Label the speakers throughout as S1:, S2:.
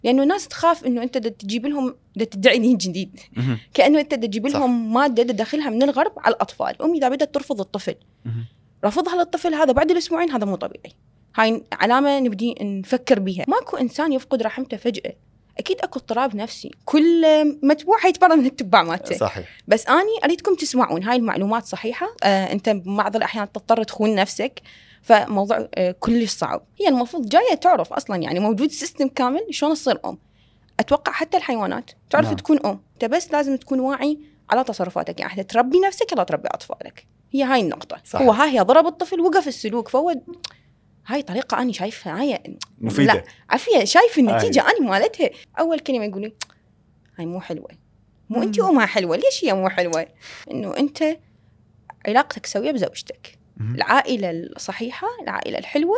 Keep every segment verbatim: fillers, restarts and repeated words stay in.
S1: لأنه الناس تخاف إنه أنت تجيب لهم تدعي دين جديد كأنه أنت تجيب لهم مادة داخلها من الغرب على الأطفال. الأم إذا بدأت ترفض الطفل رفضها للطفل هذا بعد الأسبوعين هذا مو طبيعي. هاي علامة نبدي نفكر بها. ماكو إنسان يفقد رحمته فجأة، أكيد أكو اضطراب نفسي. كل متبوع حيتبرر من التبع مالته.
S2: صحيح.
S1: بس أني أريدكم تسمعون هاي المعلومات صحيحة. آه أنت بعض الأحيان تضطر تخون نفسك، فموضوع آه كلش صعب. هي المفروض جاية تعرف أصلا يعني موجود سيستم كامل شلون تصير أم. أتوقع حتى الحيوانات تعرف نعم. تكون أم. أنت بس لازم تكون واعي على تصرفاتك، يعني تربي نفسك ولا تربي أطفالك. هي هاي النقطة. صحيح. هو هاي ضرب الطفل وقف السلوك، فهو هاي طريقة أنا شايفها هاي
S2: مفيدة.
S1: لا عافية، شايف النتيجة أنا مالتها. أول كلمة يقولي هاي مو حلوة، مو أنتي أمها حلوة. ليش هي مو حلوة؟ إنه أنت علاقتك سوية بزوجتك. العائلة الصحيحة، العائلة الحلوة.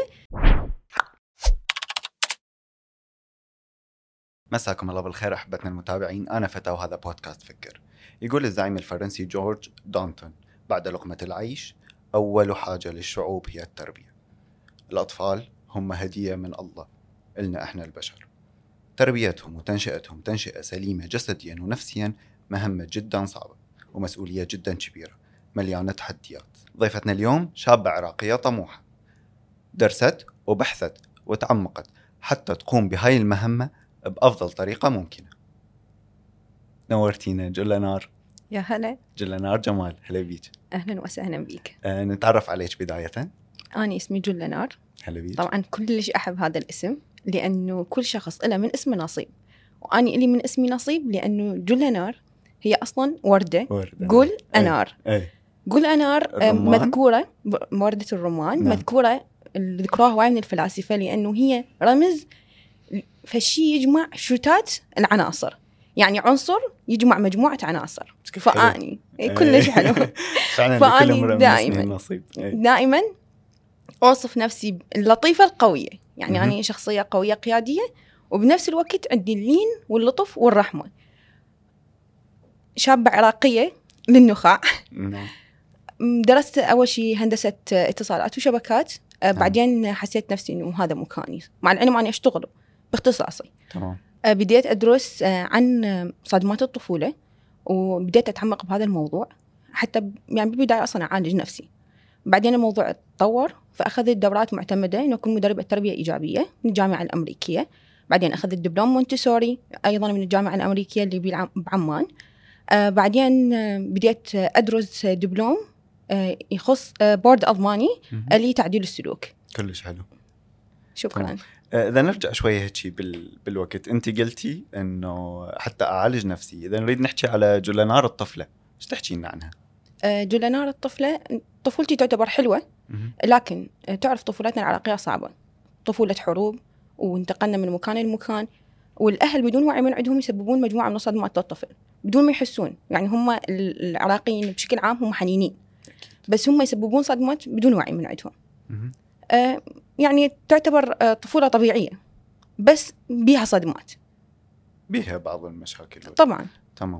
S2: مساكم الله بالخير أحبتنا المتابعين، أنا فتى وهذا بودكاست فكر. يقول الزعيم الفرنسي جورج دانتون بعد لقمة العيش أول حاجة للشعوب هي التربية. الأطفال هم هدية من الله إلنا إحنا البشر. تربيتهم وتنشئتهم تنشئة سليمة جسديا ونفسيا مهمة جدا صعبة ومسؤولية جدا كبيرة مليانة تحديات. ضيفتنا اليوم شابة عراقية طموحة، درست وبحثت وتعمقت حتى تقوم بهاي المهمة بأفضل طريقة ممكنة. نورتينا جلنار.
S1: يا هلا
S2: جلنار جمال، هلا بيك.
S1: أهلا وسهلا بيك.
S2: أه نتعرف عليك بداية.
S1: أنا اسمي جلنار.
S2: هلا بيك.
S1: طبعا كلش أحب هذا الاسم لأنه كل شخص له من اسمه نصيب، وأني إلي من اسمي نصيب لأنه جلنار هي أصلا وردة, وردة. قل أنار
S2: أي.
S1: قل أنار مذكورة وردة الرمان. نعم. مذكورة ذكروها هواي من الفلاسفة لأنه هي رمز فشي يجمع شتات العناصر، يعني عنصر يجمع مجموعة عناصر. فأني كلش حلو. فأني دائما دائما أوصف نفسي اللطيفة القوية، يعني أنا يعني شخصية قوية قيادية، وبنفس الوقت عندي اللين واللطف والرحمة. شابة عراقية للنخاع. درست أول شيء هندسة اتصالات وشبكات. بعدين حسيت نفسي إنه هذا مكاني، مع العلم أنا أشتغل باختصاصي.
S2: تمام.
S1: بديت أدرس عن صدمات الطفولة وبديت أتعمق بهذا الموضوع، حتى يعني بالبداية أصلا أعالج نفسي. بعدين الموضوع تطور، فأخذت دورات معتمدة إنه أكون مدربة تربية إيجابية من الجامعة الأمريكية. بعدين أخذت دبلوم مونتسوري أيضا من الجامعة الأمريكية اللي بعمان. آه بعدين آه بديت أدرس دبلوم آه يخص آه بورد أضماني لتعديل السلوك.
S2: كلش حلو.
S1: شكرا.
S2: إذا نرجع شوية هيك بال... بالوقت، أنت قلتي إنه حتى أعالج نفسي. إذا نريد نحكي على جلنار الطفلة، إيش تحكي لنا عنها؟
S1: آه جلنار الطفلة، طفولتي تعتبر حلوة، لكن تعرف طفولتنا العراقية صعبة، طفولة حروب وانتقلنا من مكان لمكان، والأهل بدون وعي من عندهم يسببون مجموعة من الصدمات للطفل بدون ما يحسون. يعني هم العراقيين بشكل عام هم حنينين، بس هم يسببون صدمات بدون وعي من عندهم. آه يعني تعتبر آه طفولة طبيعية بس بيها صدمات،
S2: بيها بعض المشاكل
S1: طبعا.
S2: تمام.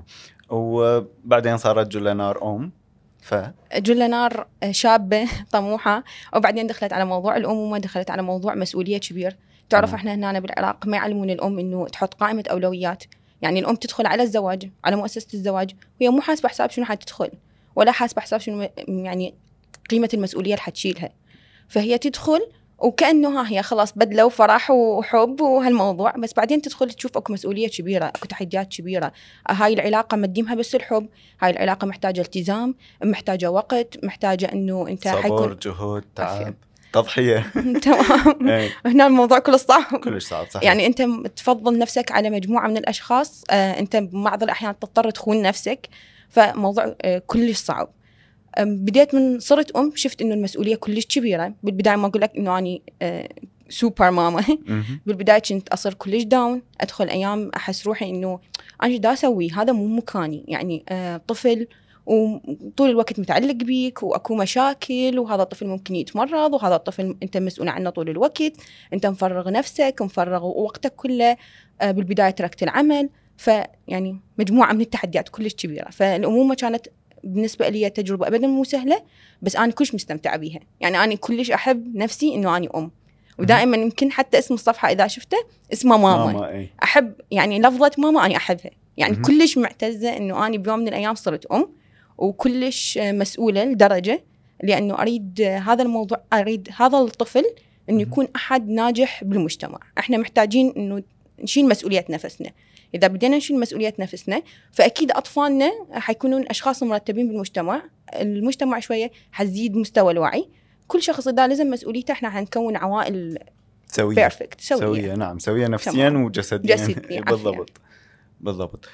S2: وبعدين صارت جلنار أم. ف
S1: جلنار شابة طموحة، وبعدين دخلت على موضوع الأمومة، دخلت على موضوع مسؤولية كبير. تعرف مم. احنا هنا بالعراق ما يعلمون الأم إنه تحط قائمة أولويات. يعني الأم تدخل على الزواج، على مؤسسة الزواج، وهي مو حاسبة حساب شنو حتدخل، ولا حاسبة حساب شنو يعني قيمة المسؤولية اللي حتشيلها. فهي تدخل وكأنه ها هي خلاص بدلة وفرح وحب وهالموضوع، بس بعدين تدخل تشوف أكو مسؤولية كبيرة، أكو تحديات كبيرة. هاي العلاقة مديمها بس الحب، هاي العلاقة محتاجة التزام، محتاجة وقت، محتاجة إنه أنت
S2: صبر
S1: حيكون
S2: جهود تعب تضحية.
S1: تمام. هنا الموضوع كله صعب،
S2: كلش صعب. صحيح.
S1: يعني أنت تفضل نفسك على مجموعة من الأشخاص، آه أنت بعض الأحيان تضطر تخون نفسك، فموضوع آه كلش صعب. بديت من صرت أم شفت إنه المسؤولية كلش كبيرة. بالبداية ما أقول لك إنه أنا آه سوبر ماما. بالبداية كنت أصير كلش داون، أدخل أيام أحس روحي إنه أنا دا أسوي هذا مو مكاني، يعني آه طفل وطول الوقت متعلق بيك وأكو مشاكل، وهذا الطفل ممكن يتمرض، وهذا الطفل أنت مسؤول عنه طول الوقت، أنت مفرغ نفسك مفرغ وقتك كله. آه بالبداية تركت العمل، فيعني مجموعة من التحديات كلش كبيرة. فالأمومة كانت بالنسبة لي تجربة أبداً مو سهلة، بس أنا كلش مستمتعة بيها. يعني أنا كلش أحب نفسي إنه أنا أم، ودائما يمكن حتى اسم الصفحة إذا شفته اسمه ماما,
S2: ماما أي.
S1: أحب يعني لفظة ماما أنا أحبها يعني
S2: مم.
S1: كلش معتزة إنه أنا بيوم من الأيام صرت أم وكلش مسؤولة لدرجة لأنه أريد هذا الموضوع أريد هذا الطفل إنه يكون أحد ناجح بالمجتمع. إحنا محتاجين إنه نشيل مسؤولية نفسنا. إذا بدينا نشيل مسؤولية نفسنا فأكيد أطفالنا حيكونون أشخاص مرتبين بالمجتمع. المجتمع شوية حزيد مستوى الوعي. كل شخص إذا لازم مسؤوليته إحنا حنكون عوائل
S2: سوية
S1: بيرفكت
S2: سوية. سوية نعم سوية نفسيا وجسديا.
S1: جسدي
S2: بالضبط بالضبط.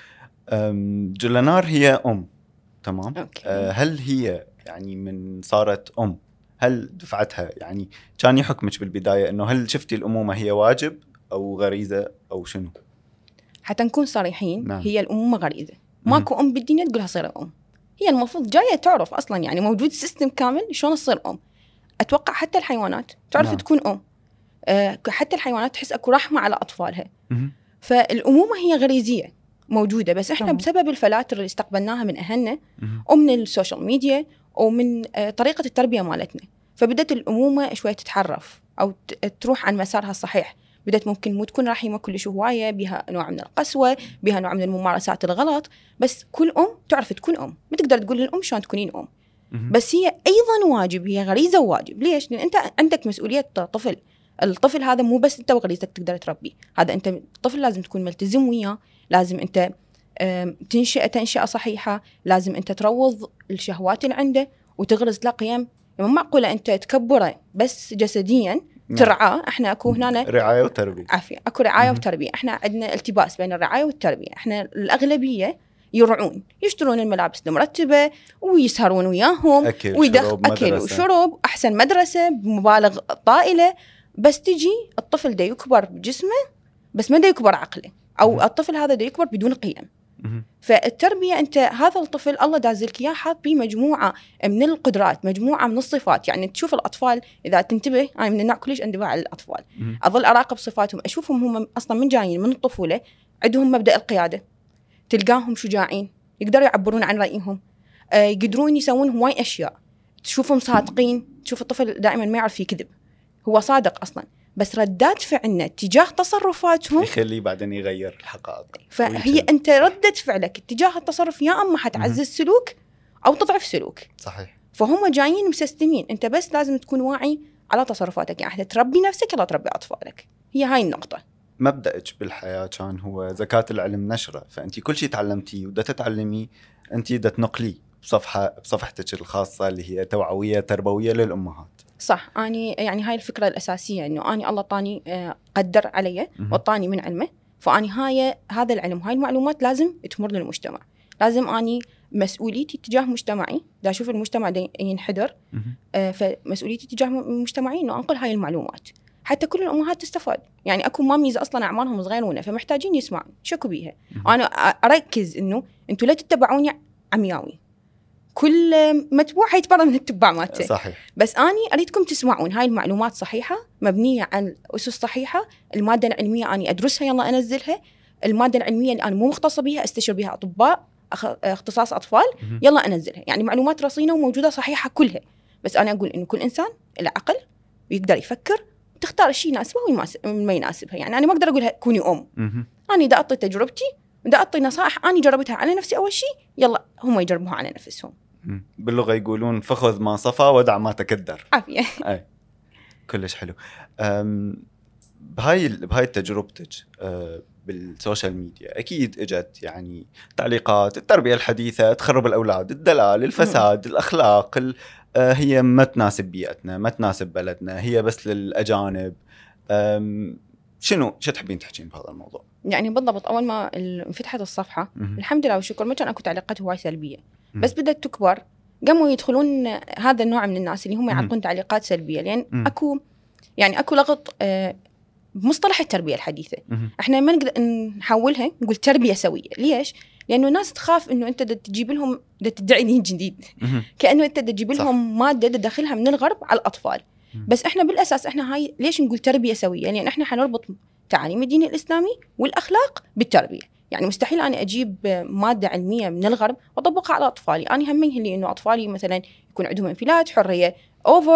S2: جولانار هي أم تمام.
S1: أوكي.
S2: أه هل هي يعني من صارت أم هل دفعتها يعني كان يحكمك بالبداية إنه هل شفتي الأمومة هي واجب أو غريزة أو شنو؟
S1: حتى نكون صريحين
S2: نعم.
S1: هي الأمومة غريزة. ماكو أم بالدنيا تقولها صير أم. هي المفروض جاية تعرف أصلا يعني موجود سيستم كامل شلون تصير أم. أتوقع حتى الحيوانات تعرف
S2: نعم.
S1: تكون أم. أه حتى الحيوانات تحس أكو رحمة على أطفالها.
S2: مم.
S1: فالأمومة هي غريزية موجودة بس إحنا
S2: نعم.
S1: بسبب الفلاتر اللي استقبلناها من أهلنا
S2: مم.
S1: ومن السوشيال ميديا ومن أه طريقة التربية مالتنا فبدت الأمومة شوية تتحرف أو تروح عن مسارها الصحيح. بدت ممكن مو تكون رحيمة كلش هواية بها نوع من القسوة بها نوع من الممارسات الغلط. بس كل أم تعرف تكون أم ما تقدر تقول للأم شلون تكونين أم.
S2: مم.
S1: بس هي أيضا واجب هي غريزة وواجب. ليش؟ لأن أنت عندك مسؤولية طفل. الطفل هذا مو بس أنت وغريزتك تقدر تربيه. هذا أنت الطفل لازم تكون ملتزم وياه. لازم أنت تنشئ تنشئة صحيحة. لازم أنت تروض الشهوات اللي عنده وتغرز له قيم. يعني معقولة أنت تكبره بس جسديا ترعاه. احنا اكو هنا
S2: رعايه وتربيه
S1: عافيه اكو رعايه
S2: مم.
S1: وتربيه. احنا عندنا التباس بين الرعايه والتربيه. احنا الاغلبيه يرعون يشترون الملابس المرتبه ويسهرون وياهم
S2: اكل
S1: ويدخ
S2: شرب
S1: اكل
S2: مدرسة.
S1: وشرب احسن مدرسه بمبالغ طائله. بس تجي الطفل ده يكبر بجسمه بس ما ده يكبر عقله او
S2: مم.
S1: الطفل هذا ده يكبر بدون قيم.
S2: مم.
S1: فالتربية أنت هذا الطفل الله دازلك إياه حاط بيه مجموعة من القدرات مجموعة من الصفات. يعني تشوف الأطفال إذا تنتبه أنا من النوع كلش انتباه على الأطفال.
S2: مم.
S1: أظل أراقب صفاتهم أشوفهم هم أصلا من جايين من الطفولة عندهم مبدأ القيادة. تلقاهم شجاعين يقدروا يعبرون عن رأيهم آه يقدرون يسوون هواي أشياء. تشوفهم صادقين. تشوف الطفل دائما ما يعرف يكذب هو صادق أصلا بس ردات فعلنا تجاه تصرفاتهم
S2: يخليه بعدين يغير الحقائق.
S1: فهي أنت ردة فعلك تجاه التصرف يا أما حتعزز سلوك أو تضعف سلوك.
S2: صحيح.
S1: فهم جايين مسستمين. أنت بس لازم تكون واعي على تصرفاتك. يعني تربي نفسك لا تربي أطفالك. هي هاي النقطة.
S2: مبدأك بالحياة كان هو زكاة العلم نشرة. فأنت كل شيء تعلمتيه ودا تتعلمي أنت دا تنقلي بصفحة بصفحتك الخاصة اللي هي توعوية تربوية للأمهات.
S1: صح. أني يعني هاي الفكرة الأساسية إنه أني الله طاني قدر علي وطاني من علمه. فأني هاي هذا العلم هاي المعلومات لازم تمر للمجتمع. لازم أني مسؤوليتي تجاه مجتمعي دا أشوف المجتمع دا ينحدر آه فمسؤوليتي تجاه مجتمعي إنه أنقل هاي المعلومات حتى كل الأمهات تستفاد. يعني أكو ماميز أصلاً أعمارهم صغيرون فمحتاجين يسمعون شكو بيها. أنا أركز إنه أنتوا لا تتبعوني عمياوي. كل متبوع حيتبرر من التبع مالته.
S2: صحيح.
S1: بس أني أريدكم تسمعون هاي المعلومات صحيحة مبنية عن أسس صحيحة. المادة العلمية أني أدرسها يلا أنزلها. المادة العلمية اللي أنا مو مختصة بها أستشير بها أطباء اختصاص أطفال يلا أنزلها. يعني معلومات رصينة وموجودة صحيحة كلها. بس أنا أقول إنه كل إنسان له عقل ويقدر يفكر وتختار الشيء يناسبه وما يناسبها. يعني أنا ما أقدر أقولها كوني أم. أنا دا أعطي تجربتي ودا أعطي نصائح أنا جربتها على نفسي أول شيء يلا هم يجربوها على نفسهم.
S2: باللغة يقولون فخذ ما صفى ودع ما تكدر.
S1: عافية.
S2: أي كلش حلو. بهاي بهاي تجربتك بالسوشيال ميديا أكيد إجت يعني تعليقات التربية الحديثة تخرب الأولاد الدلال الفساد م. الأخلاق ال... هي ما تناسب بيئتنا ما تناسب بلدنا هي بس للأجانب. شنو شو تحبين تحكين بهذا الموضوع؟
S1: يعني بالضبط أول ما انفتحت الصفحة م- الحمد لله والشكر ما كان أكو تعليقات هواي سلبية م- بس بدأت تكبر قاموا يدخلون هذا النوع من الناس اللي هم يعطون تعليقات سلبية لأن م- أكو يعني أكو لغط آه بمصطلح التربية الحديثة. م- احنا ما نقدر نحولها نقول تربية سوية. ليش؟ لأنه الناس تخاف إنه أنت تجيب لهم تدعي دين جديد كأنه أنت تجيب لهم مادة تدخلها من الغرب على الأطفال. م- بس احنا بالأساس احنا هاي ليش نقول تربية سوية؟ لأن يعني احنا حنربط تعاليم الدين الإسلامي والأخلاق بالتربية. يعني مستحيل أنا أجيب مادة علمية من الغرب وأطبقها على أطفالي. أنا همين لي إنه أطفالي مثلا يكون عندهم انفلات حرية أوفر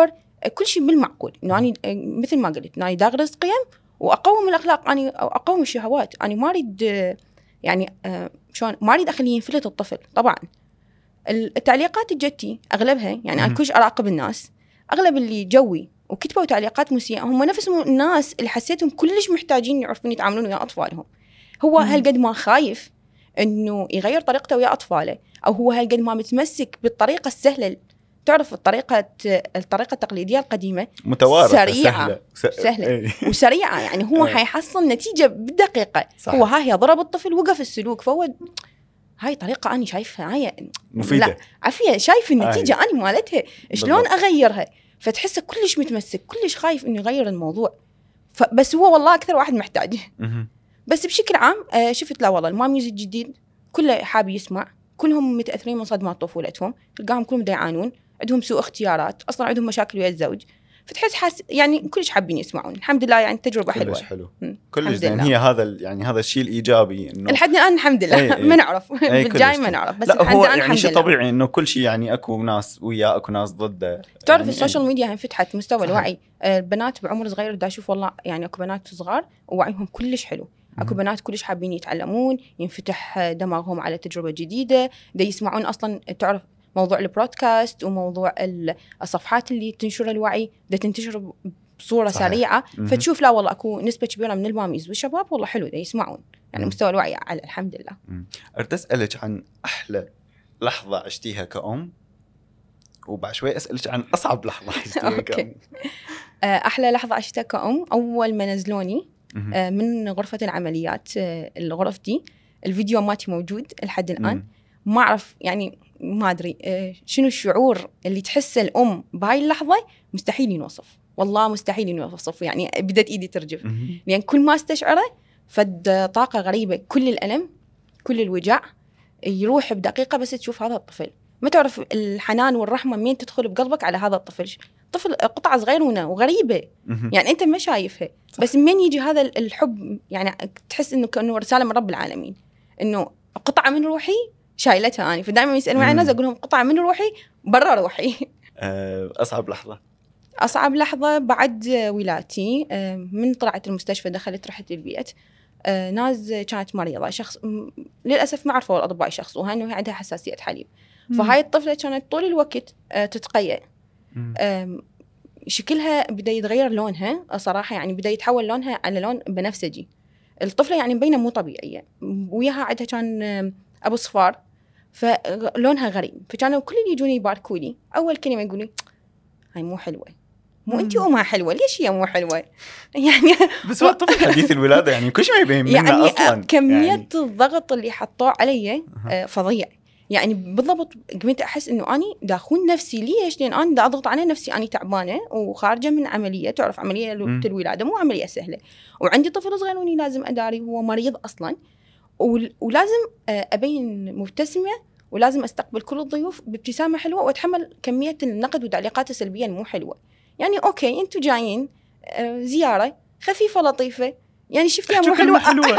S1: كل شيء بالمعقول، انه انا مثل ما قلت انا داغرس قيم واقوم الاخلاق، انا اقوم الشهوات، انا ما اريد يعني شلون ما اريد اخليه ينفلت الطفل. طبعا التعليقات الجتي اغلبها يعني انا كلش اراقب الناس، اغلب اللي جوي وكتبوا تعليقات مسيئه هم نفسهم الناس اللي حسيتهم كلش محتاجين يعرفون يتعاملون ويا اطفالهم. هو هالقد ما خايف انه يغير طريقته ويا اطفاله، او هو هالقد ما متمسك بالطريقه السهله. تعرف الطريقه الطريقه التقليديه القديمه
S2: متوارثه
S1: سريعه
S2: سهله,
S1: سهلة. ايه. وسريعه، يعني هو حيحصل نتيجه بالدقيقه. صح. هو ها هي ضرب الطفل وقف السلوك، فهو هاي طريقه انا شايفها هاي
S2: مفيده،
S1: لا عافيه، شايف النتيجه آه. انا مالتها شلون اغيرها، فتحسه كلش متمسك كلش خايف انه يغير الموضوع. فبس هو والله اكثر واحد محتاج. بس بشكل عام شفت لا والله الماميز الجديد كله حاب يسمع، كلهم متاثرين من صدمات طفولتهم، تلقاهم كلهم يعانون، عندهم سوء اختيارات، اصلا عندهم مشاكل ويا الزوج، فتحس حاس يعني كلش حابين يسمعون. الحمد لله يعني تجربه
S2: كلش
S1: حلوه.
S2: حلو كلش زين. هي هذا يعني هذا الشيء الايجابي انه
S1: لحد الان الحمد لله.
S2: ايه ايه
S1: ما نعرف بالجاي ما نعرف، بس
S2: لا هو يعني
S1: شيء
S2: طبيعي انه كل شيء يعني اكو ناس وياه اكو ناس ضده.
S1: تعرف
S2: يعني
S1: السوشيال
S2: يعني
S1: ميديا انفتحت مستوى صحيح. الوعي البنات بعمر صغير دا اشوف والله يعني اكو بنات صغار ووعيهم كلش حلو، اكو بنات كلش حابين يتعلمون، ينفتح دماغهم على تجربه جديده، دا يسمعون اصلا. تعرف موضوع البرودكاست وموضوع الصفحات اللي تنشر الوعي دا تنتشر بصوره صحيح. سريعه، فتشوف لا والله اكو نسبه كبيره من الماميز والشباب والله حلو دا يسمعون، يعني مستوى الوعي على الحمد لله.
S2: أريد أسألك عن أحلى لحظة عشتيها كأم، وبعد شوي أسألك عن أصعب لحظة عشتيها كأم.
S1: أحلى لحظة عشتها كأم أول ما نزلوني من غرفة العمليات، الغرف دي الفيديو ماتي موجود لحد الآن. ما أعرف يعني ما أدري شنو الشعور اللي تحسه الأم بهاي اللحظة، مستحيل ينوصف، والله مستحيل ينوصف. يعني بدأت إيدي ترجف، لأن كل ما استشعره فد طاقة غريبة، كل الألم كل الوجع يروح بدقيقة بس تشوف هذا الطفل. ما تعرف الحنان والرحمة مين تدخل بقلبك على هذا الطفل. طفل قطعة صغيرة وغريبة، يعني أنت ما شايفها، بس من يجي هذا الحب يعني تحس إنه كأنه رسالة من رب العالمين، إنه قطعة من روحي شايلتها أنا. فدائما يسألوا معي الناس أقول لهم قطعة من روحي برا روحي.
S2: أصعب لحظة
S1: أصعب لحظة بعد ولادتي، من طلعت المستشفى دخلت رحت البيت، ناز كانت مريضة، شخص للأسف ما عرفوا الأطباء يشخصوها إنه هي عندها حساسية حليب. فهاي الطفلة كانت طول الوقت تتقيأ، شكلها بدأ يتغير لونها صراحة، يعني بدأ يتحول لونها على لون بنفسجي. الطفلة يعني مبينة مو طبيعية، وياها عندها كان أبو صفار، فلونها غريب. فكانوا كل اللي يجوني يباركوا لي أول كلمة يقولي هاي مو حلوة، مو أنتي أمها حلوة، ليش هي مو حلوة؟ يعني
S2: بس هو طفل حديث الولادة يعني كل شيء يبين منه
S1: يعني
S2: أصلاً.
S1: كمية يعني الضغط اللي حطوه علي فظيع. يعني بالضبط قمت أحس إنه أني دا أخون نفسي. ليش؟ لأن أنا دا أضغط على نفسي، أني تعبانة وخارجة من عملية، تعرف عملية الولادة مو عملية سهلة، وعندي طفل صغير وأني لازم أداري هو مريض أصلاً، ولازم أبين مبتسمة، ولازم أستقبل كل الضيوف بابتسامة حلوة، وأتحمل كمية النقد والتعليقات السلبية المو حلوة. يعني أوكي أنتوا جايين زيارة خفيفة لطيفة، يعني شفتها مو حلوة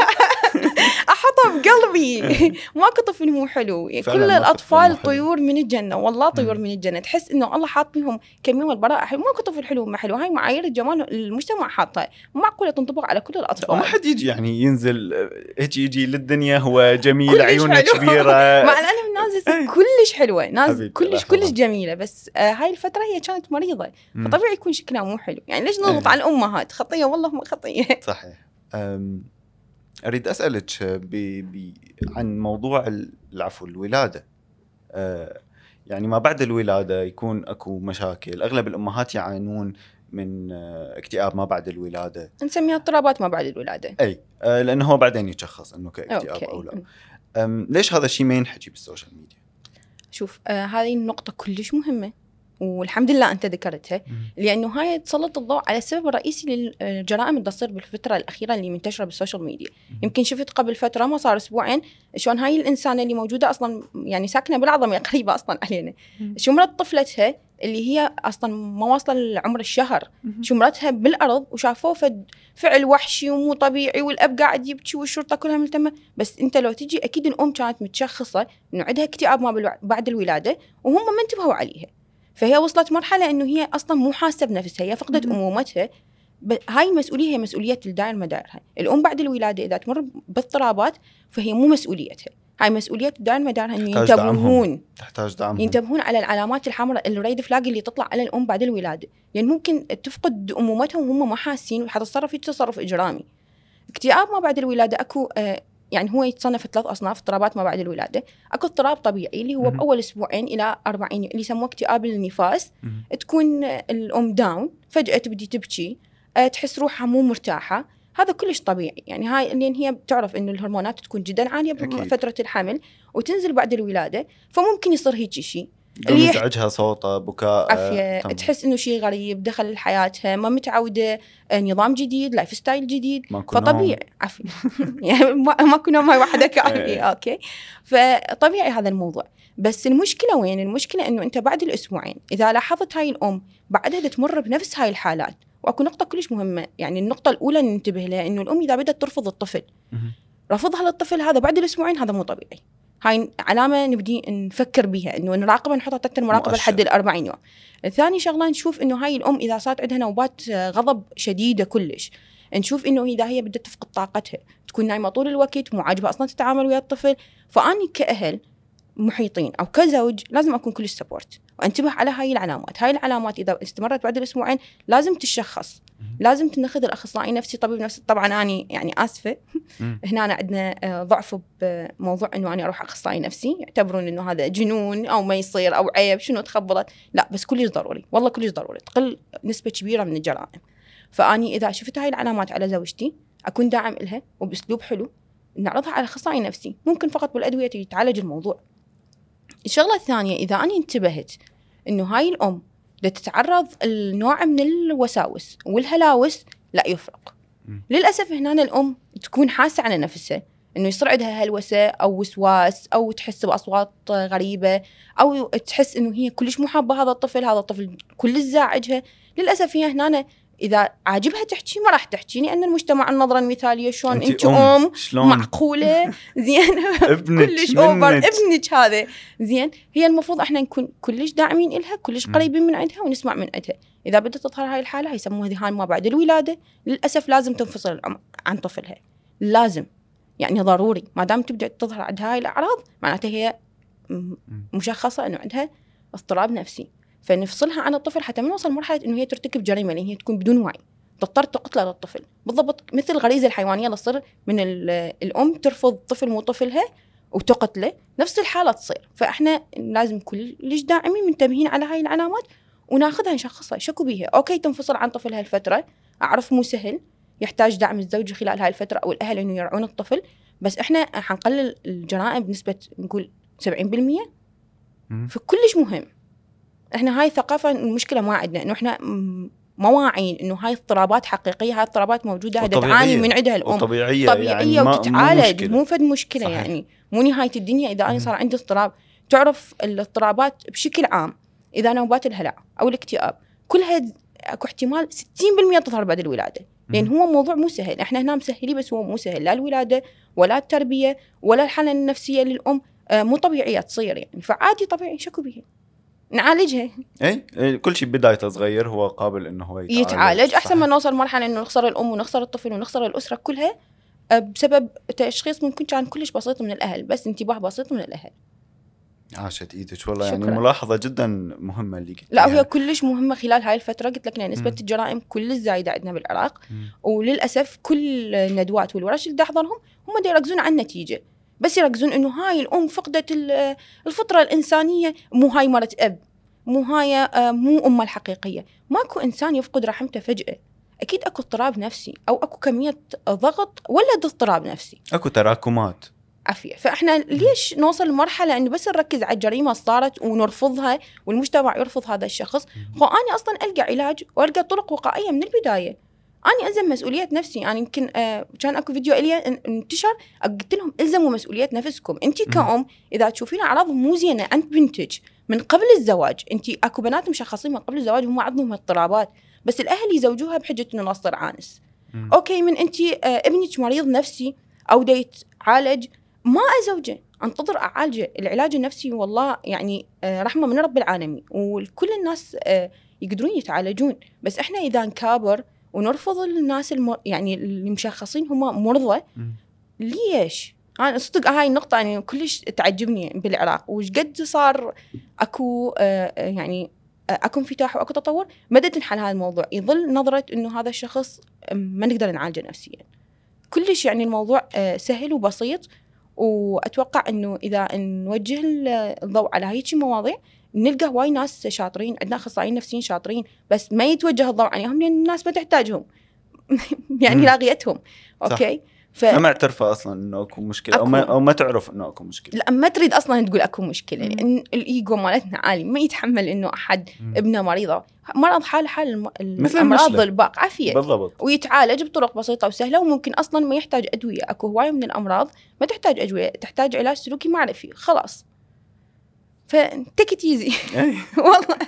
S1: أحطها بقلبي. ماكو طفل مو حلو، كل الأطفال طيور من الجنة، والله طيور من الجنة. تحس إنه الله حاط بهم كمية والبراءة، ماكو طفل حلو ما حلو. هاي معايير الجمال المجتمع حاطها، معقولة تنطبق على كل الأطفال.
S2: ما حد يجي يعني ينزل هيك يجي للدنيا هو جميل عيونه كبيرة
S1: مع الأنا من ناس كلش حلوة، ناس كلش كلش جميلة، بس آه هاي الفترة هي كانت مريضة، فطبيعي يكون شكلها مو حلو. يعني ليش نضغط على الأمهات؟ خطية والله ما خطية.
S2: صحيح. أريد أسألك ب... ب... عن موضوع العفو الولادة. أه يعني ما بعد الولادة يكون أكو مشاكل، أغلب الأمهات يعانون من اكتئاب ما بعد الولادة،
S1: نسميها اضطرابات ما بعد الولادة.
S2: أي أه لأنه هو بعدين يتشخص أنه كاكتئاب أوكي. أو لا. ليش هذا الشيء ما ينحكي بالسوشيال ميديا؟
S1: شوف آه هذه النقطة كلش مهمة، والحمد لله أنت ذكرتها، لأنه هاي تسلط الضوء على السبب الرئيسي للجرائم اللي تصير بالفترة الأخيرة اللي منتشرة بالسوشيال ميديا. يمكن شفت قبل فترة ما صار أسبوعين شلون هاي الإنسانة اللي موجودة أصلا يعني ساكنة بالعظمة قريبة أصلا علينا، شمرت طفلتها اللي هي أصلا ما واصلة لعمر الشهر، شمرتها بالأرض وشافوه فعل وحشي ومو طبيعي، والأب قاعد يبكي والشرطة كلها ملتمة. بس أنت لو تجي أكيد الأم كانت متشخصة إنه عندها اكتئاب ما بعد الولادة وهم ما انتبهوا عليها. فهي وصلت مرحله انه هي اصلا مو حاسه بنفسها، هي فقدت امومتها. هاي المسؤوليه هي مسؤوليه الدائر مدارها. الام بعد الولاده اذا تمر باضطرابات فهي مو مسؤوليتها، هاي مسؤوليه الدائر مدارها انه ينتبهون
S2: تحتاج دعمهم
S1: ينتبهون على العلامات الحمراء الريد فلاج اللي تطلع على الام بعد الولاده، لان ممكن تفقد امومتها وهم ما حاسين وحتتصرف تصرف اجرامي. اكتئاب ما بعد الولاده اكو آه يعني هو يتصنف ثلاث اصناف اضطرابات ما بعد الولاده. اكو اضطراب طبيعي اللي هو باول اسبوعين الى أربعين اللي يسموه اكتئاب النفاس. تكون الام داون فجاه تبدي تبكي، أه تحس روحها مو مرتاحه، هذا كلش طبيعي. يعني هاي لان هي بتعرف انه الهرمونات تكون جدا عاليه بفتره الحمل وتنزل بعد الولاده، فممكن يصير هيك شيء
S2: اللي يزعجها صوته، بكاء،
S1: عافية، تحس انه شيء غريب دخل حياتها، ما متعوده، نظام جديد، لايف ستايل جديد، فطبيعي عافية يعني ما كنا ما واحده كافيه. اوكي، فطبيعي هذا الموضوع. بس المشكله وين؟ المشكله انه انت بعد الاسبوعين اذا لاحظت هاي الام بعدها تمر بنفس هاي الحالات. واكو نقطه كلش مهمه، يعني النقطه الاولى ننتبه لها انه الام اذا بدات ترفض الطفل، رفضها للطفل هذا بعد الاسبوعين هذا مو طبيعي. هاي علامة نبدي نفكر بها، إنه نراقبها، نحطها تحت المراقبة لحد الأربعين يوم. الثاني شغلة نشوف إنه هاي الأم إذا صارت عندها نوبات غضب شديدة كلش، نشوف إنه إذا هي بدأت تفقد طاقتها، تكون نايمة طول الوقت، مو عاجبة أصلاً تتعامل ويا الطفل. فأني كأهل محيطين أو كزوج لازم أكون كلش سبورت وانتبه على هاي العلامات. هاي العلامات إذا استمرت بعد الأسبوعين لازم تشخص، لازم تنخذ الأخصائي نفسي، طبيب نفسي. طبعا أنا يعني آسفة هنا عندنا ضعف بموضوع إنه أنا أروح أخصائي نفسي، يعتبرون إنه هذا جنون أو ما يصير أو عيب، شنو تخبلت. لا، بس كلش ضروري، والله كلش ضروري، تقل نسبة كبيرة من الجرائم. فأني إذا شفت هاي العلامات على زوجتي أكون داعم إلها وبأسلوب حلو، نعرضها على أخصائي نفسي، ممكن فقط بالأدوية يتعالج الموضوع. الشغلة الثانية، إذا أنا انتبهت إنه هاي الأم لتتعرض النوع من الوساوس والهلاوس، لا يفرق. م. للأسف هنا الأم تكون حاسة على نفسها إنه يصير عندها هلوسة أو وسواس أو تحس بأصوات غريبة أو تحس إنه هي كلش محبة هذا الطفل، هذا الطفل كلش زاعجها. للأسف هي هنا إذا عاجبها تحكي ما راح تحكي، لأن المجتمع النظرة المثالية شلون أنت أم, أم معقولة زين كلش أوفر ابنك هذا زين. هي المفروض إحنا نكون كلش داعمين إلها، كلش قريبين من عندها ونسمع من عندها. إذا بدأت تظهر هاي الحالة يسموها ذهان ما بعد الولادة، للأسف لازم تنفصل عن طفلها، لازم يعني ضروري. ما دام تبدأ تظهر عندها هاي الأعراض معناتها هي مشخصة إنه عندها اضطراب نفسي، فنفصلها عن الطفل حتى ما نوصل مرحلة إنه هي ترتكب جريمة، لأن هي تكون بدون وعي تضطر تقتله للطفل. بالضبط مثل الغريزة الحيوانية اللي تصير من الأم ترفض طفل مو طفلها وتقتله، نفس الحالة تصير. فإحنا لازم كلش داعمين منتبهين على هاي العلامات وناخذها نشخصها شكو بيها. أوكي تنفصل عن طفل هالفترة، أعرف مو سهل، يحتاج دعم الزوج خلال هاي الفترة أو الأهل إنه يرعون الطفل، بس إحنا حنقلل الجرائم بنسبة نقول سبعين بالمية. فكلش مهم. إحنا هاي ثقافة المشكلة ما عندنا، إنه إحنا ما واعين إنه هاي اضطرابات حقيقية، هاي اضطرابات موجودة، هذا تعاني من عندها الأم
S2: طبيعية,
S1: طبيعية
S2: يعني
S1: وتتعالج، مو فد مشكلة.
S2: صحيح.
S1: يعني مو نهاية الدنيا إذا أنا صار عندي اضطراب. تعرف الاضطرابات بشكل عام إذا نوبات الهلع أو الاكتئاب كلها أكو احتمال ستين بالمية تظهر بعد الولادة، لأن هو موضوع مو سهل. إحنا هنا مسهلي بس هو مو سهل، لا الولادة ولا التربية ولا الحالة النفسية للأم مو طبيعية تصير يعني. فعادي طبيعي شكو بيه نعالجها.
S2: اي كل شيء بدايته صغير هو قابل انه هو يتعالج,
S1: يتعالج. احسن ما نوصل مرحله انه نخسر الام ونخسر الطفل ونخسر الاسره كلها بسبب تشخيص ممكن كان كلش بسيط من الاهل، بس انتباه بسيط من الاهل.
S2: عاشت ايدك والله.
S1: شكرا.
S2: يعني ملاحظه جدا مهمه اللي قلت.
S1: لا هي كلش مهمه خلال هاي الفتره. قلت لك نسبه م. الجرائم كلش زايده عندنا بالعراق، م. وللاسف كل الندوات والورش اللي احضرهم هم دا يركزون على النتيجه، بس يركزون انه هاي الام فقدت الفطره الانسانيه، مو هاي مرت اب، مو هاي مو أمه الحقيقية. ماكو إنسان يفقد رحمته فجأة، أكيد أكو اضطراب نفسي أو أكو كمية ضغط ولد اضطراب نفسي،
S2: أكو تراكمات
S1: عافية. فإحنا ليش نوصل لمرحلة إنه بس نركز على الجريمة صارت ونرفضها والمجتمع يرفض هذا الشخص؟ فأنا أصلاً ألقى علاج وألقى طرق وقائية من البداية. أنا ألزم مسؤولية نفسي. أنا يمكن آه كان أكو فيديو إلي انتشر قلت لهم إلزموا مسؤولية نفسكم. أنتي كأم إذا تشوفين أعراض مو زينة عند بنتك من قبل الزواج، أنتي أكو بنات مشخصين من قبل الزواج وما عندهم اضطرابات، بس الأهل يزوجوها بحجة إنه ناصر عانس. م. أوكي من أنتي آه ابنك مريض نفسي أو دا يتعالج، ما أزوجه، انتظر اعالجه. العلاج النفسي والله يعني آه رحمه من رب العالمين، وكل الناس آه يقدرون يتعالجون، بس احنا اذا نكابر ونرفض الناس الم... يعني اللي مشخصين هم مرضى. ليش؟ انا صدق هاي النقطه يعني كلش تعجبني بالعراق، وش قد صار اكو آه يعني اكو انفتاح واكو تطور، بدأت تنحل هذا الموضوع. يظل نظره انه هذا الشخص ما نقدر نعالجه نفسيا. كلش يعني الموضوع سهل وبسيط، واتوقع انه اذا نوجه الضوء على هيك مواضيع نلقى هواي ناس شاطرين. عندنا اخصائيين نفسيين شاطرين بس ما يتوجه الضوء عليهم لان الناس ما تحتاجهم يعني لاغيتهم. اوكي،
S2: ف... ما معترفه اصلا انه اكو مشكله أكو. او ما او ما تعرف انه اكو مشكله.
S1: لا، ما تريد اصلا تقول اكو مشكله، لان الايجو مالتنا عالي، ما يتحمل انه احد مم. ابنه مريضه، مرض حال حال الم... الامراض الباق عافيه
S2: بالضبط،
S1: ويتعالج بطرق بسيطه وسهله، وممكن اصلا ما يحتاج ادويه. اكو هوايه من الامراض ما تحتاج ادويه، تحتاج علاج سلوكي معرفي خلاص. فتك تيزي والله.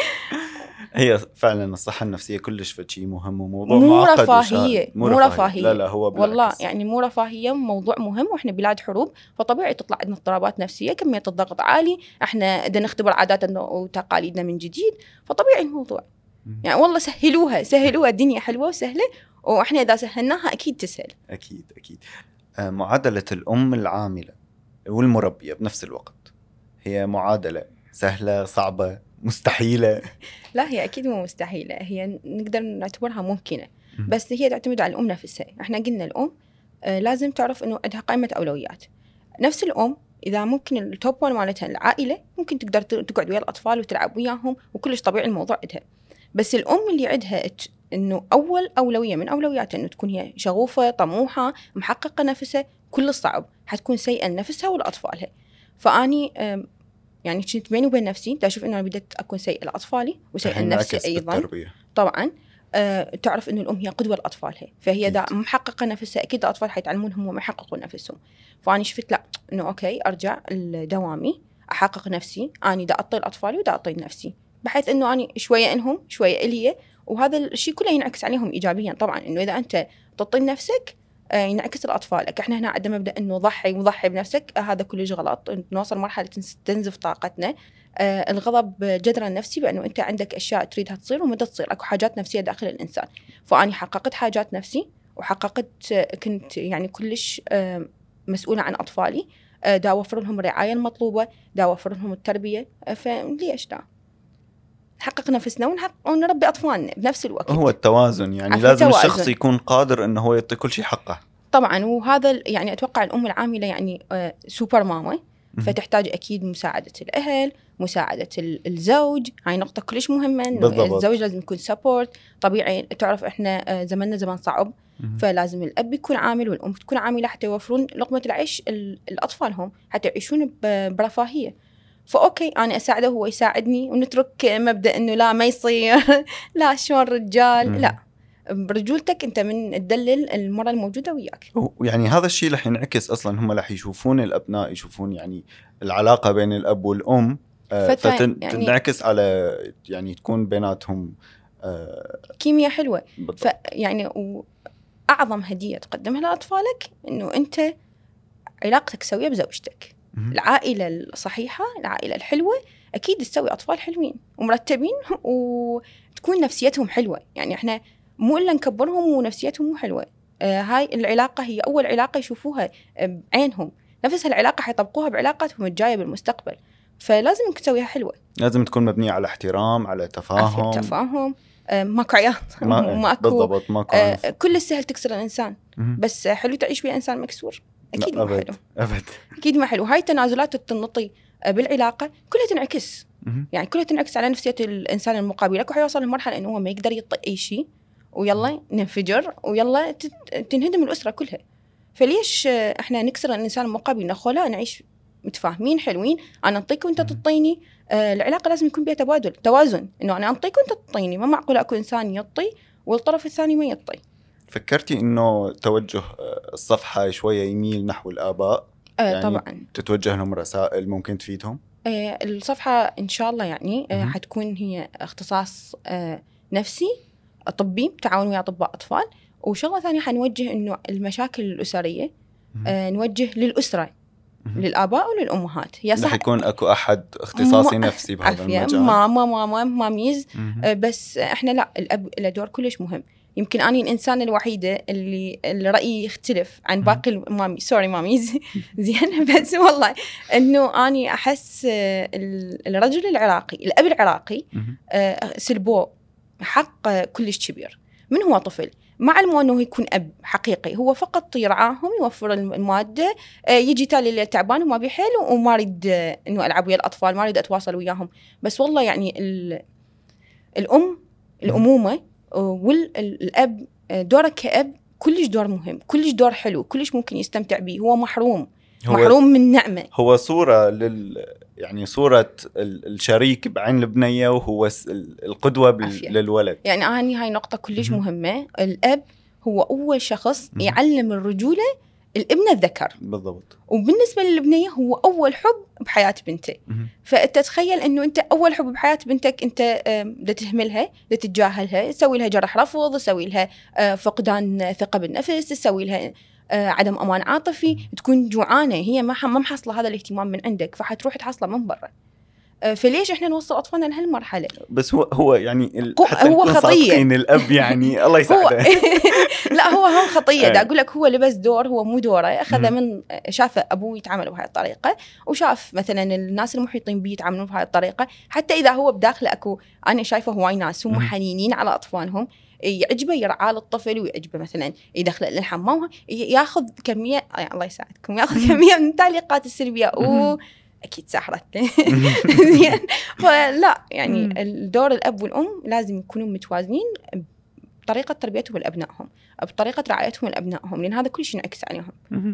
S2: هي فعلا الصحة النفسية كلش فشي مهم، وموضوع
S1: مو
S2: معقد
S1: رفاهية. مو رفاهية. رفاهية
S2: لا لا هو بالعكس.
S1: والله يعني مو رفاهية، موضوع مهم، وإحنا بلاد حروب فطبيعي تطلع عندنا اضطرابات نفسية، كمية الضغط عالي، إحنا بدنا نختبر عاداتنا وتقاليدنا من جديد، فطبيعي الموضوع يعني والله سهلوها سهلوها الدنيا حلوة وسهلة، وإحنا إذا سهلناها أكيد تسهل.
S2: أكيد أكيد. آه معادلة الأم العاملة والمربية بنفس الوقت هي معادلة سهلة صعبة مستحيلة؟
S1: لا، هي أكيد مو مستحيلة، هي نقدر نعتبرها ممكنة، بس هي تعتمد على الأم نفسها. إحنا قلنا الأم آه لازم تعرف إنه عندها قائمة أولويات. نفس الأم إذا ممكن التوب وان مالتها العائلة، ممكن تقدر تقعد ويا الأطفال وتلعب وياهم وكلش طبيعي الموضوع عندها. بس الأم اللي عندها إنه أول أولوية من أولوياتها إنه تكون هي شغوفة طموحة محققة نفسها، كل الصعب حتكون سيئة لنفسها ولأطفالها. فأني آه يعني كنت بيني وبين نفسي دا أشوف إنه أنا بدأت أكون سيئة لأطفالي وسيئة لنفسي أيضاً بالتربية. طبعاً أه تعرف إنه الأم هي قدوة لأطفالها، فهي دا محققة نفسها، أكيد الأطفال حيتعلمونهم وما يحققون نفسهم. فأنا شفت لا إنه أوكي أرجع لدوامي أحقق نفسي، أنا دا أعطي الأطفال ودا أعطي نفسي، بحيث إنه أنا شوية إنهم شوية إلي، وهذا الشيء كله ينعكس عليهم إيجابياً. طبعاً إنه إذا أنت تعطي نفسك آه ينعكس لأطفالك. إحنا هنا عندنا مبدأ إنه ضحي وضحي بنفسك، آه هذا كلش غلط. نوصل مرحلة تنزف طاقتنا. آه الغضب جذرا نفسي، بأنه أنت عندك أشياء تريدها تصير وما تصير، أكو حاجات نفسية داخل الإنسان. فأني حققت حاجات نفسي وحققت آه كنت يعني كلش آه مسؤولة عن أطفالي، آه دا أوفر لهم الرعاية المطلوبة، دا أوفر لهم التربية، آه فليش دا نحقق نفسنا ونحقق ونربي أطفالنا بنفس الوقت.
S2: هو التوازن يعني لازم توازن. الشخص يكون قادر إنه هو يعطي كل شيء حقه.
S1: طبعا، وهذا يعني أتوقع الأم العاملة يعني آه سوبر ماما، فتحتاج أكيد مساعدة الأهل، مساعدة الزوج. هاي نقطة كلش مهمة، إنه الزوج لازم يكون سبورت. طبيعي تعرف إحنا زماننا زمان صعب، فلازم الأب يكون عامل والأم تكون عاملة حتى يوفرون لقمة العيش لأطفالهم حتى يعيشون برفاهية. فأوكي أنا أساعده هو يساعدني، ونترك مبدأ إنه لا ما يصير لا شلون رجال، لا برجولتك أنت من تدلل المرأة الموجودة وياك.
S2: ويعني هذا الشيء رح ينعكس أصلاً، هم رح يشوفون الأبناء يشوفون يعني العلاقة بين الأب والأم فتنعكس يعني على يعني تكون بيناتهم آه
S1: كيمياء حلوة. فيعني وأعظم هدية تقدمها لأطفالك إنه أنت علاقتك سوية بزوجتك. العائلة الصحيحة، العائلة الحلوة أكيد تسوي أطفال حلوين ومرتبين وتكون نفسيتهم حلوة. يعني إحنا مو إلا نكبرهم ونفسيتهم مو حلوة. آه هاي العلاقة هي أول علاقة يشوفوها بعينهم، نفس العلاقة حيطبقوها بعلاقاتهم الجاية بالمستقبل، فلازم تسويها حلوة.
S2: لازم تكون مبنية على احترام، على تفاهم
S1: تفاهم آه ماكو عياط
S2: ما
S1: ماكو
S2: بالضبط ماكو
S1: آه كل السهل تكسر الإنسان، بس حلو تعيش ويا إنسان مكسور أكيد ما حلو.
S2: أبد
S1: أكيد ما حلو. هاي التنازلات التنطي بالعلاقة كلها تنعكس، يعني كلها تنعكس على نفسية الإنسان المقابل لك، وحيوصل لمرحلة إنه هو ما يقدر يطي أي شيء ويلا ننفجر ويلا تنهدم الأسرة كلها. فليش إحنا نكسر الإنسان المقابل؟ نخولا نعيش متفاهمين حلوين، أنا أنطيك وأنت تطيني. آه العلاقة لازم يكون بها تبادل توازن، إنه أنا أنطيك وأنت تطيني. ما معقول أكو إنسان يطي والطرف الثاني ما يطي.
S2: فكرتي إنه توجه الصفحة شوية يميل نحو الآباء؟
S1: آه يعني طبعا
S2: تتوجه لهم رسائل ممكن تفيدهم؟
S1: آه الصفحة إن شاء الله يعني آه حتكون هي اختصاص آه نفسي طبي تعاون ويا أطباء أطفال. وشغلة ثانية حنوجه إنه المشاكل الأسرية آه نوجه للأسرة، للآباء وللأمهات. هي صح
S2: رح يكون أكو أحد اختصاصي م... نفسي بهذا المجال،
S1: ماما ماما ماميز، بس إحنا لا، الأب له دور كلش مهم. يمكن أنا الإنسان الوحيدة اللي الرأي يختلف عن باقي المامي سوري ماميز زين، بس والله إنه أنا أحس الرجل العراقي الأب العراقي سلبوه حق كلش كبير من هو طفل، ما علموا أنه يكون أب حقيقي، هو فقط يرعاهم يوفر المادة، يجي تالي اللي تعبان وما بيحل وما أريد أنه ألعب ويا الأطفال، ما أريد أتواصل وياهم. بس والله يعني الأم الأمومة والأب دوره كأب كلش دور مهم، كلش دور حلو، كلش ممكن يستمتع به. هو محروم هو محروم من نعمة.
S2: هو صورة لل يعني صورة الشريك بعين البنية، وهو القدوة بال... للولد.
S1: يعني أهني هاي نقطة كلش مهمة. الأب هو أول شخص يعلم الرجولة الابن الذكر
S2: بالضبط،
S1: وبالنسبة للبنية هو أول حب بحياة بنته. فتتخيل أنه أنت أول حب بحياة بنتك أنت دا تهملها، دا تتجاهلها، تسوي لها جرح رفض، تسوي لها فقدان ثقة بالنفس، تسوي لها عدم أمان عاطفي، تكون جوعانة، هي ما ما محصلة هذا الاهتمام من عندك، فحتروح تحصله من برا. فليش إحنا نوصل أطفالنا لهالمرحلة؟
S2: بس هو هو يعني
S1: حتى هو خطية
S2: الأب يعني الله يساعده.
S1: لا هو هو خطية. دا أقول لك هو لبس دور هو مو دوره، أخذ من شاف أبوه يتعامل بهاي الطريقة، وشاف مثلا الناس المحيطين بيه يتعاملون بهاي الطريقة. حتى إذا هو بداخله أكو أنا شايفة هواي ناس هم حنينين على أطفالهم، يعجبه يرعى للطفل، ويعجبه مثلا يدخله للحمام ياخذ كمية، الله يساعدكم، ياخذ كمية من التعليقات السلبية و أكيد سحرت زين. فلا يعني الدور الأب والأم لازم يكونوا متوازنين بطريقة تربيتهم لأبنائهم، بطريقة رعايتهم لأبنائهم، لأن هذا كل شيء ينعكس عليهم.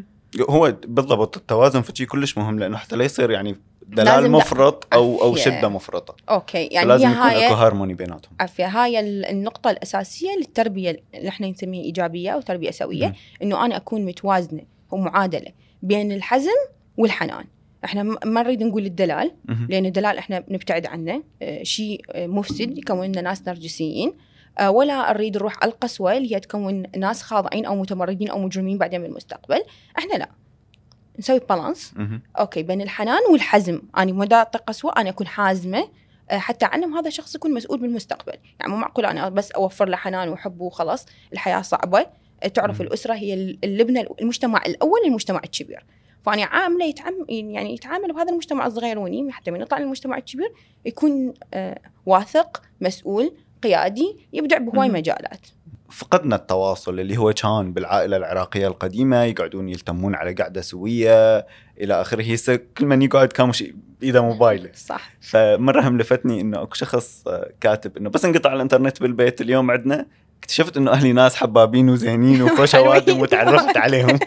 S2: هو بالضبط التوازن في شيء كلش مهم، لأنه حتى لا يصير يعني دلال مفرط أو أو شدة مفرطة.
S1: أوكي، يعني
S2: لازم يكون أكو هارموني بيناتهم.
S1: عفية، هاي النقطة الأساسية للتربية اللي احنا نسميها إيجابية أو تربية سوية، إنه أنا أكون متوازنة ومعادلة بين الحزم والحنان. احنا ما نريد نقول الدلال، لأن الدلال احنا نبتعد عنه، اه شيء مفسد يكون لنا ناس نرجسيين، اه ولا نريد نروح على القسوة اللي هي تكون ناس خاضعين أو متمردين أو مجرمين بعدين بالمستقبل. احنا لا، نسوي بالانس اوكي بين الحنان والحزم. أنا مو دا أعطي قسوة، أنا أكون حازمة اه حتى أعلم هذا الشخص يكون مسؤول بالمستقبل. يعني مو معقول أنا بس أوفر له حنان وحب وخلاص. الحياة صعبة، اه تعرف الأسرة هي اللبنة، المجتمع الأول المجتمع الكبير. فأنا عامله يتعامل يعني يتعامل بهذا المجتمع الصغيروني حتى من يطلع للمجتمع الكبير يكون آه واثق، مسؤول، قيادي، يبدع بهواي مجالات.
S2: فقدنا التواصل اللي هو كان بالعائلة العراقية القديمة، يقعدون يلتمون على قعدة سوية إلى آخره. هسه كل من يقعد كامش بإيده موبايله.
S1: صح.
S2: فمرة هم لفتني إنه أكو شخص كاتب إنه بس انقطع الإنترنت بالبيت اليوم عندنا، اكتشفت إنه أهلي ناس حبابين وزينين وخوش أوادم وتعرفت عليهم.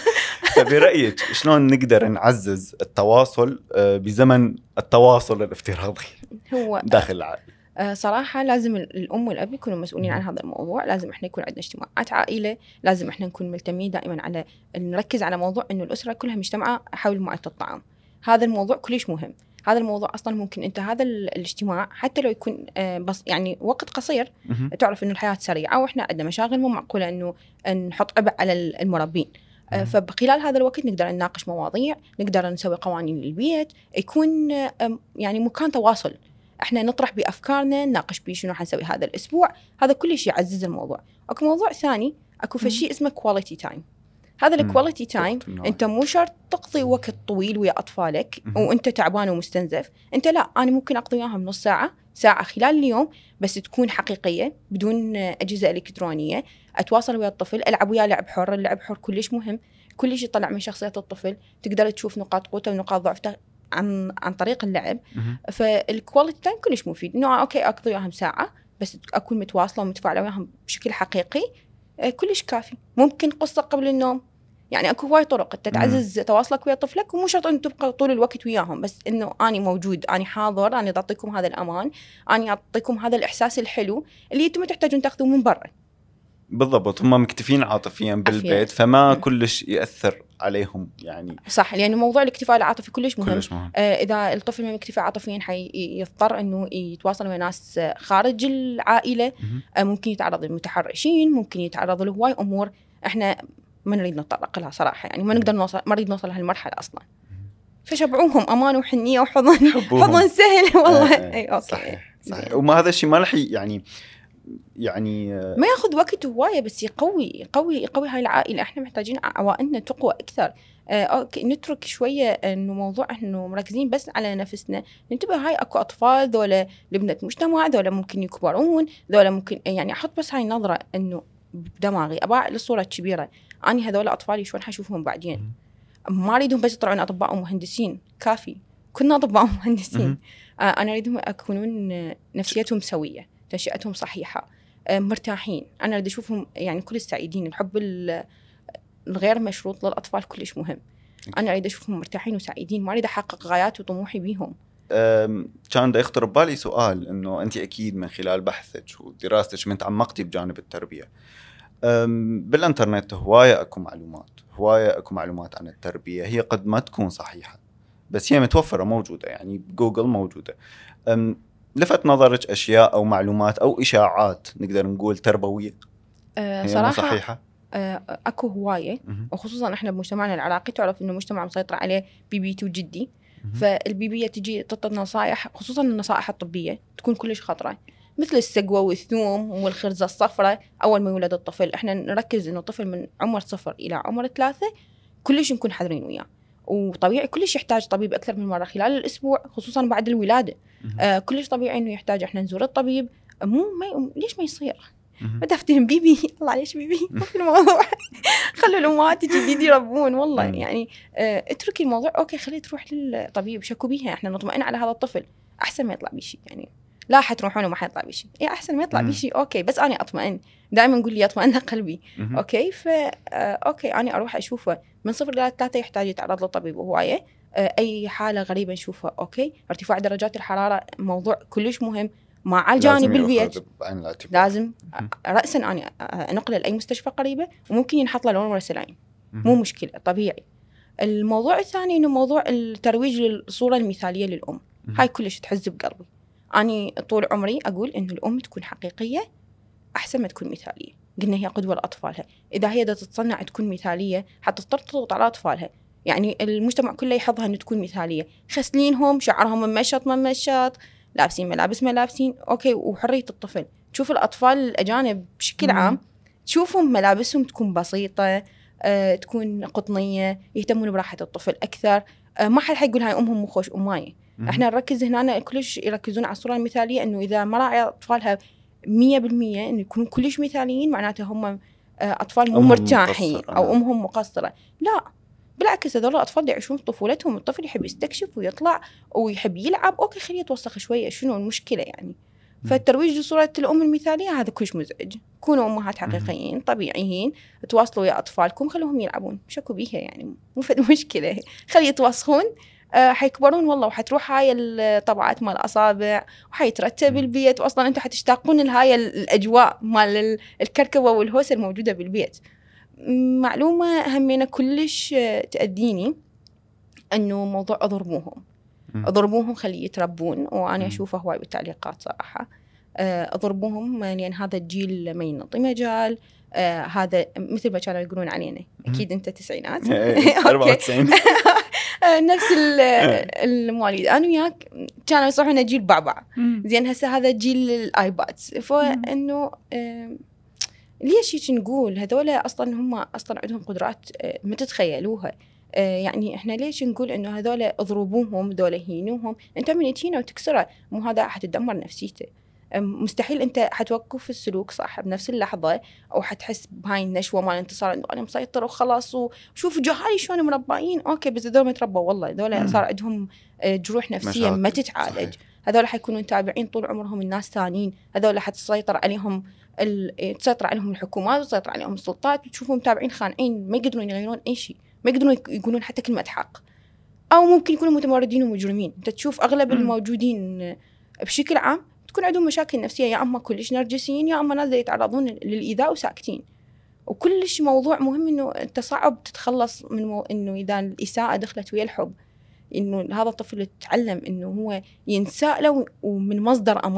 S2: فبرأيك شلون نقدر نعزز التواصل بزمن التواصل الافتراضي
S1: هو
S2: داخل العائلة؟
S1: صراحة لازم الأم والأب يكونوا مسؤولين عن هذا الموضوع. لازم إحنا يكون عندنا اجتماعات عائلة، لازم إحنا نكون ملتمين دائما على نركز على موضوع إنه الأسرة كلها مجتمعة حول مائدة الطعام. هذا الموضوع كلش مهم. هذا الموضوع أصلا ممكن أنت هذا الاجتماع حتى لو يكون بس يعني وقت قصير، تعرف إنه الحياة سريعة وإحنا عندنا مشاغل، مو معقولة إنه نحط عبء على المربين. فبخلال هذا الوقت نقدر نناقش مواضيع، نقدر نسوي قوانين للبيت، يكون يعني مكان تواصل. احنا نطرح بأفكارنا، نناقش بيه شنو حنسوي هذا الأسبوع. هذا كل شيء يعزز الموضوع. اكو موضوع ثاني، اكو فشي اسمه كواليتي تايم. هذا الكواليتي تايم انت مو شرط تقضي وقت طويل ويا أطفالك وانت تعبان ومستنزف. انت لا، انا ممكن اقضي وياهم نص ساعة ساعة خلال اليوم، بس تكون حقيقية بدون أجهزة إلكترونية. أتواصل ويا الطفل، ألعب وياه لعب حر. اللعب حر كلش مهم، كلش يطلع من شخصية الطفل. تقدر تشوف نقاط قوته ونقاط ضعفته عن عن طريق اللعب. فالكواليتي تايم كلش مفيد، إنه أوكي أقضي وياهم ساعة بس أكون متواصلة ومتفاعلة وياهم بشكل حقيقي، كلش كافي. ممكن قصة قبل النوم، يعني أكو هواي طرق تتعزز تواصلك ويا طفلك، ومو شرط أن تبقى طول الوقت وياهم، بس إنه أنا موجود، أنا حاضر، أنا أعطيكم هذا الأمان، أنا أعطيكم هذا الإحساس الحلو اللي أنتم تحتاجون تأخذوه من برا.
S2: بالضبط، هم مكتفين عاطفيا بالبيت، فما م. كلش يأثر عليهم يعني.
S1: صح، لأنه يعني موضوع الاكتفاء العاطفي كلش مهم,
S2: كلش مهم.
S1: آه إذا الطفل ما مكتفى عاطفيا حيضطر إنه يتواصل مع ناس خارج العائلة. آه ممكن يتعرض للمتحرشين، ممكن يتعرض لهواي أمور إحنا ما نريد نتطرق لها صراحة، يعني ما نقدر نوصل، ما نريد نوصل لهالمرحلة أصلاً. فشبعوهم امان وحنيه وحضن حضن سهل والله.
S2: آه.
S1: اي اوكي
S2: صحيح صحيح. وما هذا الشيء ما رح يعني يعني
S1: ما ياخذ وقت هوايه، بس يقوي يقوي يقوي هاي العائله. احنا محتاجين عوائلنا تقوى اكثر. آه أوكي. نترك شويه انه موضوع انه مركزين بس على نفسنا، ننتبه هاي اكو اطفال ذولا لبنة مجتمع، ذولا ممكن يكبرون، ذولا ممكن يعني احط بس هاي النظره انه بدماغي اباع الصوره الكبيره. اني هذول اطفالي شلون حشوفهم بعدين؟ ما اريدهم بس يطلعون اطباء ومهندسين، كافي كنا اطباء ومهندسين. آه انا اريدهم يكونون نفسيتهم سويه، تنشئتهم صحيحه، آه مرتاحين. انا اريد اشوفهم يعني كل السعيدين. الحب الغير مشروط للاطفال كلش مهم. انا اريد اشوفهم مرتاحين وسعيدين، ما اريد احقق غايات وطموحي بيهم.
S2: كان دا يخطر ببالي سؤال، انه انت اكيد من خلال بحثك ودراستك من تعمقتي بجانب التربيه، بالانترنت هوايه اكو معلومات هوايه اكو معلومات عن التربيه، هي قد ما تكون صحيحه بس هي متوفره موجوده، يعني جوجل موجوده. لفت نظرك اشياء او معلومات او اشاعات نقدر نقول تربويه
S1: أه
S2: هي
S1: صراحه
S2: صحيحه؟
S1: أه اكو هوايه، وخصوصا احنا بمجتمعنا العراقي تعرف انه مجتمع مسيطر عليه بيبيتي وجدي. فالبيبيه تجي تعطي نصائح، خصوصا النصائح الطبيه تكون كلش خطره، مثل السقوه والثوم والخرزه الصفراء اول ما يولد الطفل. احنا نركز انه الطفل من عمر صفر الى عمر ثلاثة كلش نكون حذرين وياه، وطبيعي كلش يحتاج طبيب اكثر من مره خلال الاسبوع، خصوصا بعد الولاده. آه كلش طبيعي انه يحتاج احنا نزور الطبيب. مو ما ليش ما يصير؟ بدي افتهم بيبي الله ليش بيبي ما في الموضوع. خلوا الامهات تجي بيدي يربون والله. يعني آه اتركي الموضوع اوكي، خليه تروح للطبيب، شكوا بيها، احنا نطمئن على هذا الطفل احسن ما يطلع بشيء. يعني لا حتروحون وما حيطلع بشيء، اي احسن ما يطلع بشيء اوكي، بس انا اطمئن. دائما نقول لي اطمئن قلبي. اوكي ف آه اوكي انا اروح اشوفه من صفر الى ثلاثة، يحتاج يتعرض للطبيب وهوايه. آه اي حاله غريبه نشوفها اوكي. ارتفاع درجات الحراره موضوع كلش مهم مع الجانب البيت، لازم رأسا أنا أنقله لأي مستشفى قريبة، وممكن ينحط له لون ورسلين، مو مشكلة طبيعي. الموضوع الثاني إنه موضوع الترويج للصورة المثالية للأم، هاي كلش تحز بقلبي. أنا طول عمري أقول إنه الأم تكون حقيقية أحسن ما تكون مثالية. قلنا هي قدوة لأطفالها، إذا هي دا تتصنع تكون مثالية حتضطر تضغط على أطفالها. يعني المجتمع كله يحظها إنه تكون مثالية، خسلينهم، شعرهم ممشط ممشط، لابسين ملابس ملابسين اوكي، وحريه الطفل. تشوف الاطفال الاجانب بشكل عام تشوفهم ملابسهم تكون بسيطه، أه، تكون قطنيه، يهتمون براحه الطفل اكثر. أه، ما حد حيقول هاي امهم مو خوش امايه. احنا نركز هنا كلش يركزون على الصوره المثاليه، انه اذا ما راعي اطفالها مية بالمية انه يكونوا كلش مثاليين معناته هم اطفال مو مرتاحين او امهم مقصره. لا بالعكس، هذول الأطفال دي يعيشون طفولتهم. الطفل يحب يستكشف ويطلع ويحب يلعب أوكي، خليه يتوسخ شوية، شنو المشكلة يعني؟ فالترويج لصورة الأم المثالية هذا كلش مزعج. كونوا أمهات حقيقيين طبيعيين، تواصلوا يا أطفالكم، خلوهم يلعبون، شكوا بيها يعني مو فد مشكلة. خليه يتوسخون، آه حيكبرون والله، وحتروح هاي الطبعات مال الأصابع، وحيترتب البيت، وأصلا أنتوا حتشتاقون لهاي الأجواء مال الكركبة والهوسة الموجودة بالبيت. معلومة همينة كلش تأديني أنه موضوع أضربوهم أضربوهم خليه يتربون. وأنا أشوفه هواي بالتعليقات صراحة، أضربوهم لأن هذا الجيل ما ينطي مجال. آه هذا مثل ما كانوا يقولون علينا، أكيد أنت تسعينات
S2: أربعة وتسعين
S1: نفس المواليد أنا وياك، كانوا يصحون جيل بعبع. زين هسه هذا جيل الآيباد. فإنه آه ليش هيك نقول هذول أصلاً هم أصلاً عندهم قدرات ما تتخيلوها. يعني إحنا ليش نقول إنه هذول اضربوهم، ذول هينوهم؟ أنت من تهينه وتكسره مو هذا حتدمر نفسيته. مستحيل أنت حتوقف السلوك صح بنفس اللحظة، أو حتحس بهاي النشوة مال انتصار إنه أنا مسيطر وخلاص، وشوف جهالي شلون مربعين. أوكي بس هذول ما تربوا والله، هذول صار عندهم جروح نفسية ما تتعالج. هذول حيكونوا تابعين طول عمرهم الناس ثانيين، هذول حتسيطر عليهم تسيطر عليهم الحكومات وتسيطر عليهم السلطات، وتشوفهم تابعين خانعين ما يقدرون يغيرون أي شيء، ما يقدرون يقولون حتى كلمة حق، أو ممكن يكونوا متمردين ومجرمين. أنت تشوف أغلب م. الموجودين بشكل عام تكون عندهم مشاكل نفسية، يا أما كلش نرجسيين، يا أما ناس يتعرضون للإيذاء وساكتين. وكلش موضوع مهم إنه أنت صعب تتخلص من مو... إنه إذا الإساءة دخلت ويا الحب، إنه هذا الطفل يتعلم إنه هو ينسأ له ومن مصدر أمان،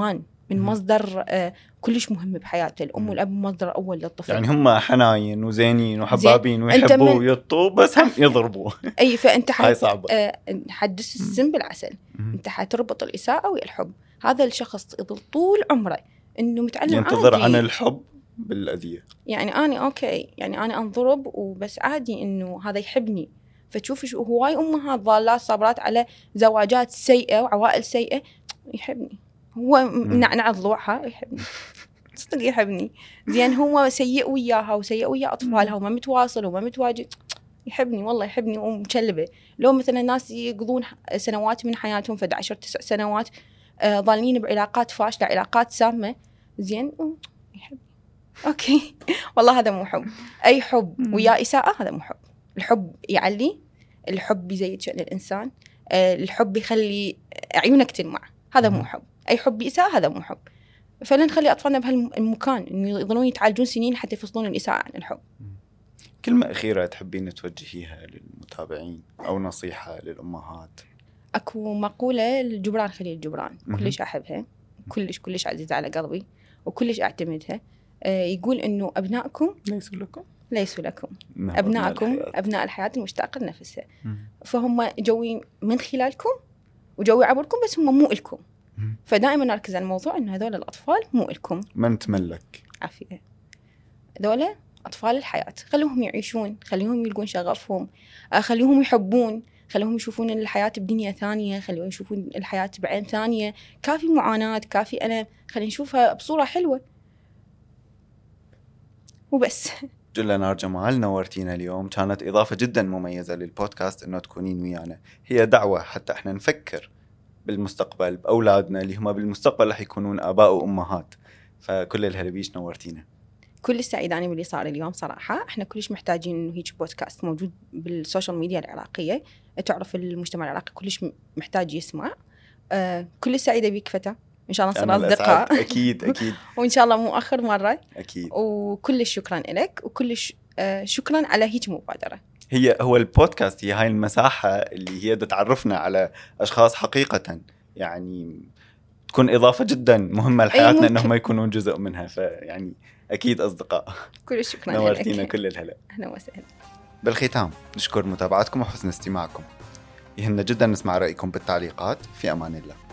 S1: من مصدر آه كلش مهم بحياته. الأم والأب مصدر أول للطفل.
S2: يعني هم حناين وزينين وحبابين ويحبوا ويطوا بس هم يضربوا.
S1: أي فأنت
S2: هاي صعبة.
S1: آه حدث السم بالعسل. أنت حتربط الإساءة والحب. هذا الشخص يظل طول عمره إنه متعلم
S2: ينتظر
S1: عادي.
S2: عن الحب بالأذية.
S1: يعني أنا أوكي يعني أنا أنضرب وبس عادي إنه هذا يحبني. فتشوف شو هواي أمهات ضالات صابرات على زواجات سيئة وعوائل سيئة يحبني. هو منعنع ضلوعها يحبني. صدق يحبني. زين هو سيء وياها وسيء ويا أطفالها وما متواصل وما متواجد يحبني والله يحبني ومكلبة. لو مثلا ناس يقضون سنوات من حياتهم فد عشر تسع سنوات آه ظالين بعلاقات فاشلة علاقات سامة زين يحبني. أوكي والله هذا مو حب. أي حب ويا إساءة هذا مو حب. الحب يعلي. الحب يزيد شأن الإنسان. آه الحب يخلي عيونك تلمع. هذا مو حب. أي حب إساءة هذا مو حب. فلا نخلي أطفالنا بهالمكان إنه يظلون يتعالجون سنين حتى يفصلون الإساءة عن الحب.
S2: كلمة أخيرة تحبين توجهيها للمتابعين أو نصيحة للأمهات؟
S1: أكو مقولة الجبران خليل الجبران كلش أحبها كلش كلش عزيزة على قلبي وكلش أعتمدها. آه يقول إنه أبنائكم
S2: ليسوا لكم
S1: ليسوا لكم أبنائكم
S2: الحياة.
S1: أبناء الحياة المشتاقة لنفسها. فهم جوي من خلالكم وجوي عبركم بس هم مو إلكم. فدائما نركز على الموضوع إنه هذول الأطفال مو إلكم.
S2: ما نتملك.
S1: عافية. هذول أطفال الحياة. خلوهم يعيشون. خليهم يلقون شغفهم. خليهم يحبون. خليهم يشوفون الحياة بدنيا ثانية. خليهم يشوفون الحياة بعين ثانية. كافي معاناة كافي أنا خلينا نشوفها بصورة حلوة وبس.
S2: جل نار جمال نورتينا اليوم. كانت إضافة جدا مميزة للبودكاست إنه تكونين ويانا. هي دعوة حتى إحنا نفكر بالمستقبل بأولادنا اللي هم بالمستقبل رح يكونون آباء وأمهات. فكل الهلبيش نورتينا.
S1: كل السعيد أنا باللي صار اليوم صراحة. إحنا كلش محتاجين إنه هيك بودكاست موجود بالسوشيال ميديا العراقية. تعرف المجتمع العراقي كلش محتاج يسمع. آه كل السعيدة بيك فتى. إن شاء الله نصير أصدقاء.
S2: أكيد أكيد.
S1: وإن شاء الله مو آخر مرة.
S2: أكيد.
S1: وكل الشكرا لك وكل آه شكرا على هيك مبادرة.
S2: هي هو البودكاست هي هاي المساحة اللي هي تعرفنا على أشخاص حقيقة يعني تكون إضافة جدا مهمة لحياتنا إنهم يكونون جزء منها. فيعني أكيد أصدقاء.
S1: كل الشكرا لك.
S2: نورتينا كل الهلا.
S1: أهلا وسهلا.
S2: بالختام نشكر متابعتكم وحسن استماعكم. يهمنا جدا نسمع رأيكم بالتعليقات. في أمان الله.